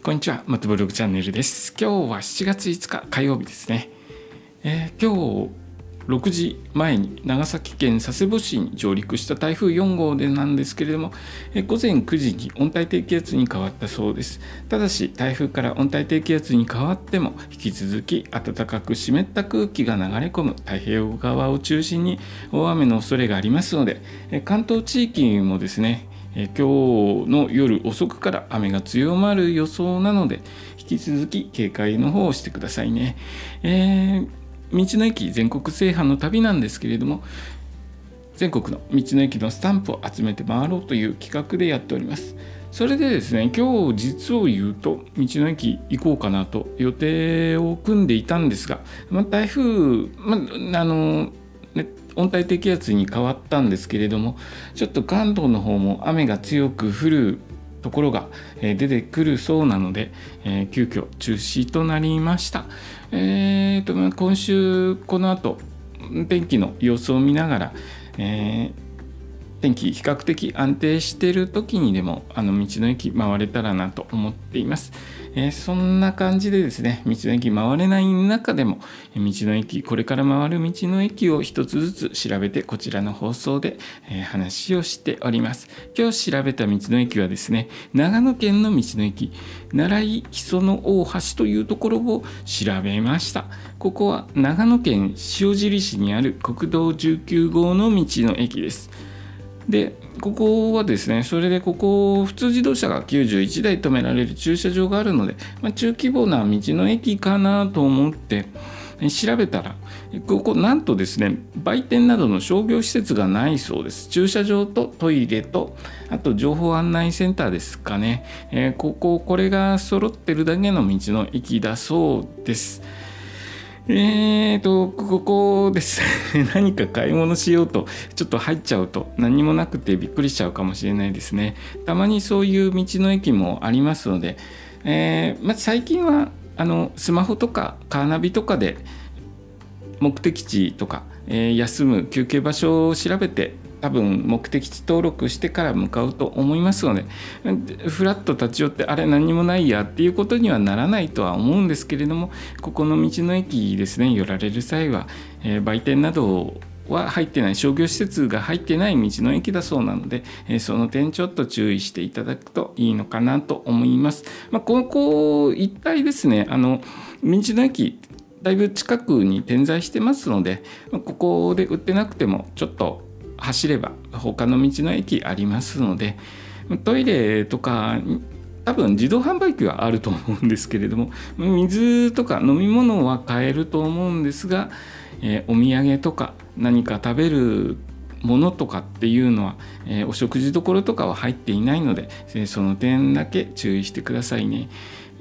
こんにちは、マットブログチャンネルです。今日は7月5日火曜日ですね。今日6時前に長崎県佐世保市に上陸した台風4号でなんですけれども、午前9時に温帯低気圧に変わったそうです。ただし台風から温帯低気圧に変わっても引き続き暖かく湿った空気が流れ込む太平洋側を中心に大雨の恐れがありますので、関東地域もですね、今日の夜遅くから雨が強まる予想なので、引き続き警戒の方をしてくださいね。道の駅全国制覇の旅なんですけれども、全国の道の駅のスタンプを集めて回ろうという企画でやっております。それでですね、今日実を言うと道の駅行こうかなと予定を組んでいたんですが、台風、温帯低気圧に変わったんですけれども、ちょっと関東の方も雨が強く降るところが出てくるそうなので、急遽中止となりました。今週この後天気の様子を見ながら、天気比較的安定している時にでも道の駅回れたらなと思っています。そんな感じでですね、道の駅回れない中でも道の駅、これから回る道の駅を一つずつ調べてこちらの放送で話をしております。今日調べた道の駅はですね、長野県の道の駅奈良井木曽の大橋というところを調べました。ここは長野県塩尻市にある国道19号の道の駅です。でここはですね、それでここ普通自動車が91台止められる駐車場があるので、中規模な道の駅かなと思って調べたら、ここなんとですね、売店などの商業施設がないそうです。駐車場とトイレと、あと情報案内センターですかね、これが揃ってるだけの道の駅だそうです。ここですね、何か買い物しようとちょっと入っちゃうと何もなくてびっくりしちゃうかもしれないですね。たまにそういう道の駅もありますので、最近はスマホとかカーナビとかで目的地とか、休む休憩場所を調べて多分目的地登録してから向かうと思いますので、ふらっと立ち寄ってあれ何もないやっていうことにはならないとは思うんですけれども、ここの道の駅ですね、寄られる際は、売店などは入ってない、商業施設が入ってない道の駅だそうなので、その点ちょっと注意していただくといいのかなと思います。ここ一帯ですね、道の駅だいぶ近くに点在してますので、ここで売ってなくてもちょっと走れば他の道の駅ありますので、トイレとか多分自動販売機はあると思うんですけれども、水とか飲み物は買えると思うんですが、お土産とか何か食べるものとかっていうのは、お食事処とかは入っていないので、その点だけ注意してくださいね。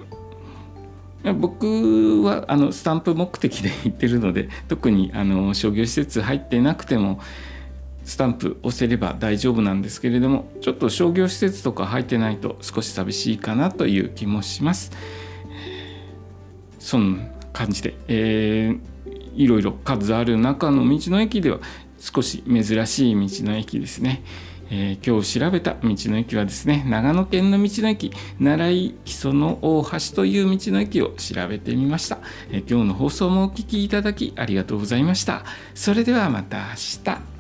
僕はスタンプ目的で行ってるので、特に商業施設入ってなくてもスタンプ押せれば大丈夫なんですけれども、ちょっと商業施設とか入ってないと少し寂しいかなという気もします。そんな感じで、いろいろ数ある中の道の駅では少し珍しい道の駅ですね。今日調べた道の駅はですね、長野県の道の駅奈良井木曽の大橋という道の駅を調べてみました。今日の放送もお聞きいただきありがとうございました。それではまた明日。